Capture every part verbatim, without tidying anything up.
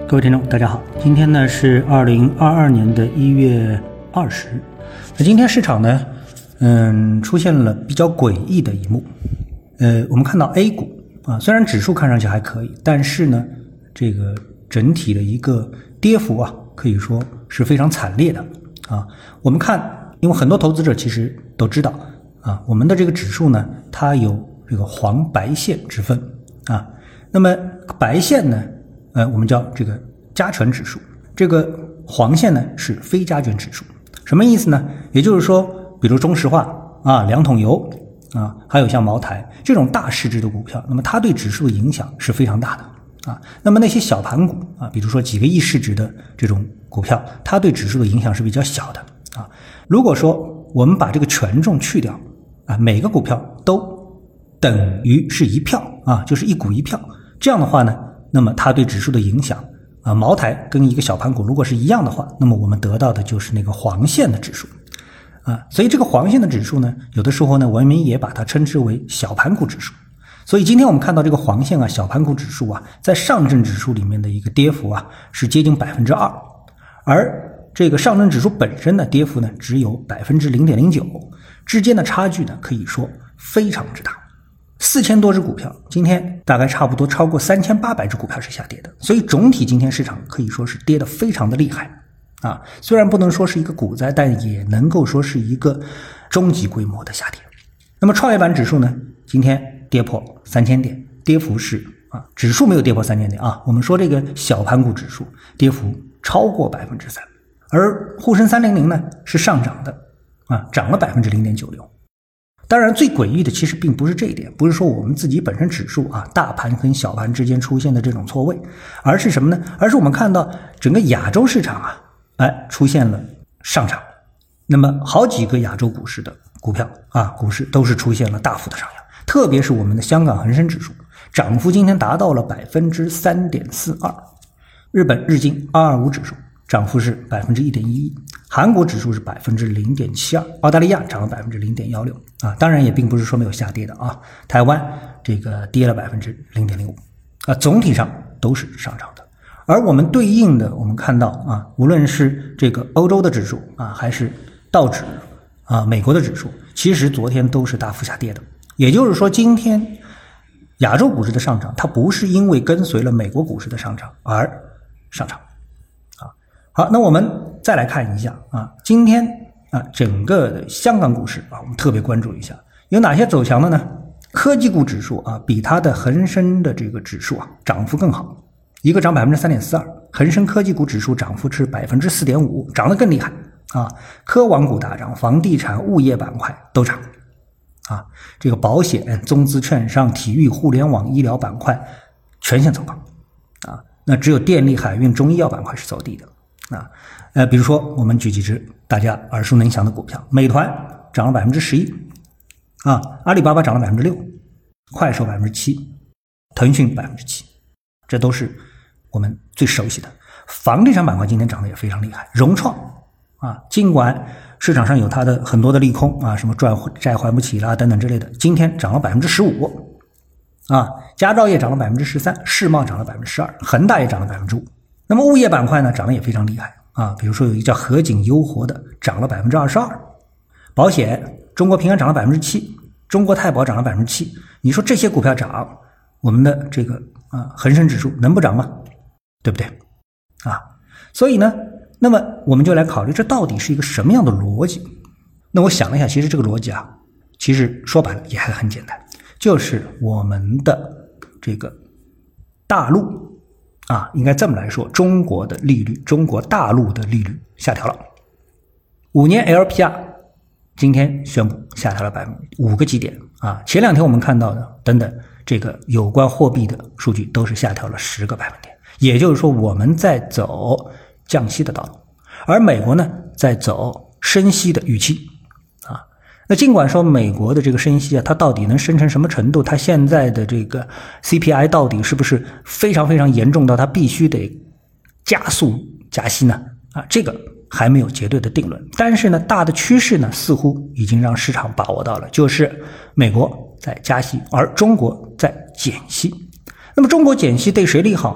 各位听众大家好，今天呢是二零二二年的一月二十。那今天市场呢嗯出现了比较诡异的一幕。呃我们看到 A 股啊，虽然指数看上去还可以，但是呢这个整体的一个跌幅啊可以说是非常惨烈的啊。我们看，因为很多投资者其实都知道啊，我们的这个指数呢它有这个黄白线之分啊。那么白线呢呃，我们叫这个加权指数，这个黄线呢是非加权指数。什么意思呢？也就是说，比如中石化啊、两桶油啊，还有像茅台这种大市值的股票，那么它对指数的影响是非常大的啊。那么那些小盘股啊，比如说几个亿市值的这种股票，它对指数的影响是比较小的啊。如果说我们把这个权重去掉啊，每个股票都等于是一票啊，就是一股一票，这样的话呢，那么它对指数的影响啊，茅台跟一个小盘股如果是一样的话，那么我们得到的就是那个黄线的指数啊。所以这个黄线的指数呢，有的时候呢，文明也把它称之为小盘股指数。所以今天我们看到这个黄线啊，小盘股指数啊，在上证指数里面的一个跌幅啊，是接近百分之二，而这个上证指数本身的跌幅呢，只有百分之零点零九，之间的差距呢，可以说非常之大。四千多只股票，今天大概差不多超过三千八百只股票是下跌的，所以总体今天市场可以说是跌得非常的厉害啊。虽然不能说是一个股灾，但也能够说是一个中级规模的下跌。那么创业板指数呢，今天跌破三千点，跌幅是啊，指数没有跌破三千点啊，我们说这个小盘股指数跌幅超过百分之三，而沪深三零零呢是上涨的啊，涨了百分之零点九六。当然最诡异的其实并不是这一点，不是说我们自己本身指数啊大盘跟小盘之间出现的这种错位，而是什么呢？而是我们看到整个亚洲市场啊哎出现了上涨。那么好几个亚洲股市的股票啊股市都是出现了大幅的上扬，特别是我们的香港恒生指数涨幅今天达到了 百分之三点四二， 日本日经二二五指数涨幅是 百分之一点一一， 韩国指数是 百分之零点七二， 澳大利亚涨了 百分之零点一六 啊，当然也并不是说没有下跌的啊，台湾这个跌了 百分之零点零五 啊，总体上都是上涨的。而我们对应的我们看到啊，无论是这个欧洲的指数啊，还是道指啊，美国的指数，其实昨天都是大幅下跌的。也就是说，今天亚洲股市的上涨，它不是因为跟随了美国股市的上涨而上涨。好，那我们再来看一下啊，今天啊整个的香港股市啊，我们特别关注一下有哪些走强的呢？科技股指数啊，比它的恒生的这个指数啊涨幅更好，一个涨 百分之三点四二， 恒生科技股指数涨幅是 百分之四点五， 涨得更厉害啊。科网股大涨，房地产、物业板块都涨啊，这个保险、中资、券商、体育、互联网、医疗板块全线走高啊，那只有电力、海运、中医药板块是走低的。啊，呃，比如说我们举几只大家耳熟能详的股票，美团涨了 百分之十一， 啊，阿里巴巴涨了 百分之六， 快手 百分之七， 腾讯 百分之七， 这都是我们最熟悉的。房地产板块今天涨得也非常厉害，融创啊，尽管市场上有它的很多的利空啊，什么债债还不起啦等等之类的，今天涨了 百分之十五， 啊，佳兆业涨了 百分之十三， 世茂涨了 百分之十二， 恒大也涨了 百分之五。那么物业板块呢，涨得也非常厉害啊，比如说有一个叫合景优活的涨了 百分之二十二， 保险中国平安涨了 百分之七， 中国太保涨了 百分之七。 你说这些股票涨，我们的这个啊恒生指数能不涨吗？对不对啊？所以呢，那么我们就来考虑这到底是一个什么样的逻辑。那我想了一下，其实这个逻辑啊，其实说白了也还很简单，就是我们的这个大陆啊，应该这么来说，中国的利率，中国大陆的利率下调了。五年 L P R 今天宣布下调了百分之五个基点啊，前两天我们看到的等等这个有关货币的数据都是下调了十个百分点，也就是说我们在走降息的道路，而美国呢在走升息的预期啊。那尽管说美国的这个升息啊，它到底能升成什么程度，它现在的这个 C P I 到底是不是非常非常严重到它必须得加速加息呢？啊，这个还没有绝对的定论。但是呢，大的趋势呢似乎已经让市场把握到了，就是美国在加息，而中国在减息。那么中国减息对谁利好呢？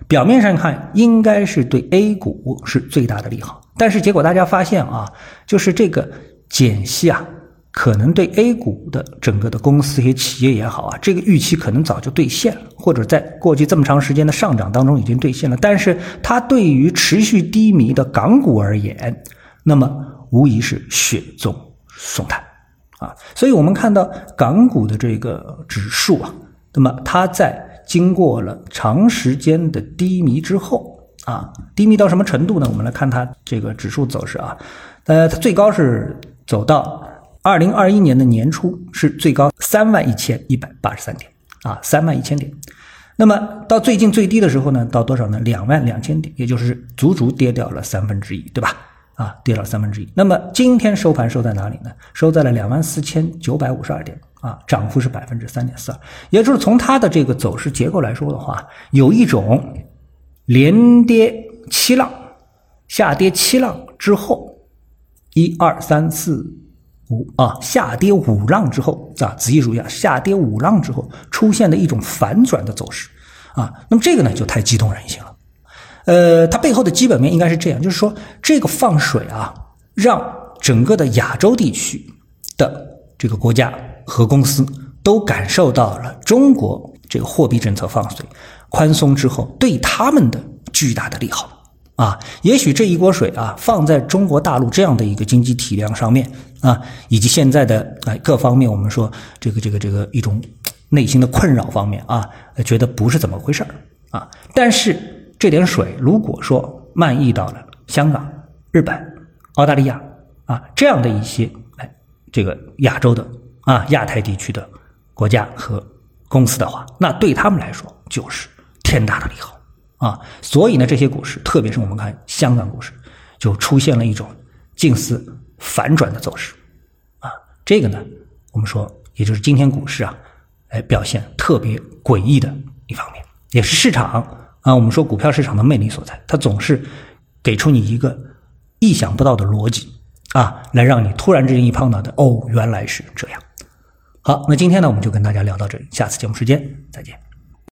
表面上看应该是对 A 股是最大的利好，但是结果大家发现啊，就是这个减息啊，可能对 A 股的整个的公司也企业也好啊，这个预期可能早就兑现了，或者在过去这么长时间的上涨当中已经兑现了，但是它对于持续低迷的港股而言，那么无疑是雪中送炭啊。所以我们看到港股的这个指数啊，那么它在经过了长时间的低迷之后啊，低迷到什么程度呢？我们来看它这个指数走势啊，呃，它最高是走到二零二一年的年初是最高三万一千一百八十三点啊，三万一千点。那么到最近最低的时候呢，到多少呢？两万两千点，也就是足足跌掉了三分之一，对吧？啊，跌了三分之一。那么今天收盘收在哪里呢？收在了两万四千九百五十二点啊，涨幅是百分之三点四二。也就是从它的这个走势结构来说的话，有一种连跌七浪、下跌七浪之后，一二三四。五啊，下跌五浪之后啊，仔细数一下，下跌五浪之后出现的一种反转的走势啊，那么这个呢就太激动人心了。呃，它背后的基本面应该是这样，就是说这个放水啊，让整个的亚洲地区的这个国家和公司都感受到了中国这个货币政策放水宽松之后对他们的巨大的利好。啊，也许这一锅水啊，放在中国大陆这样的一个经济体量上面啊，以及现在的啊各方面，我们说这个这个这个一种内心的困扰方面啊，觉得不是怎么回事儿啊。但是这点水如果说漫溢到了香港、日本、澳大利亚啊这样的一些哎这个亚洲的啊亚太地区的国家和公司的话，那对他们来说就是天大的利好。啊，所以呢，这些股市，特别是我们看香港股市，就出现了一种近似反转的走势，啊，这个呢，我们说，也就是今天股市啊，哎，表现特别诡异的一方面，也是市场啊，我们说股票市场的魅力所在，它总是给出你一个意想不到的逻辑啊，来让你突然之间一碰到的，哦，原来是这样。好，那今天呢，我们就跟大家聊到这里，下次节目时间再见。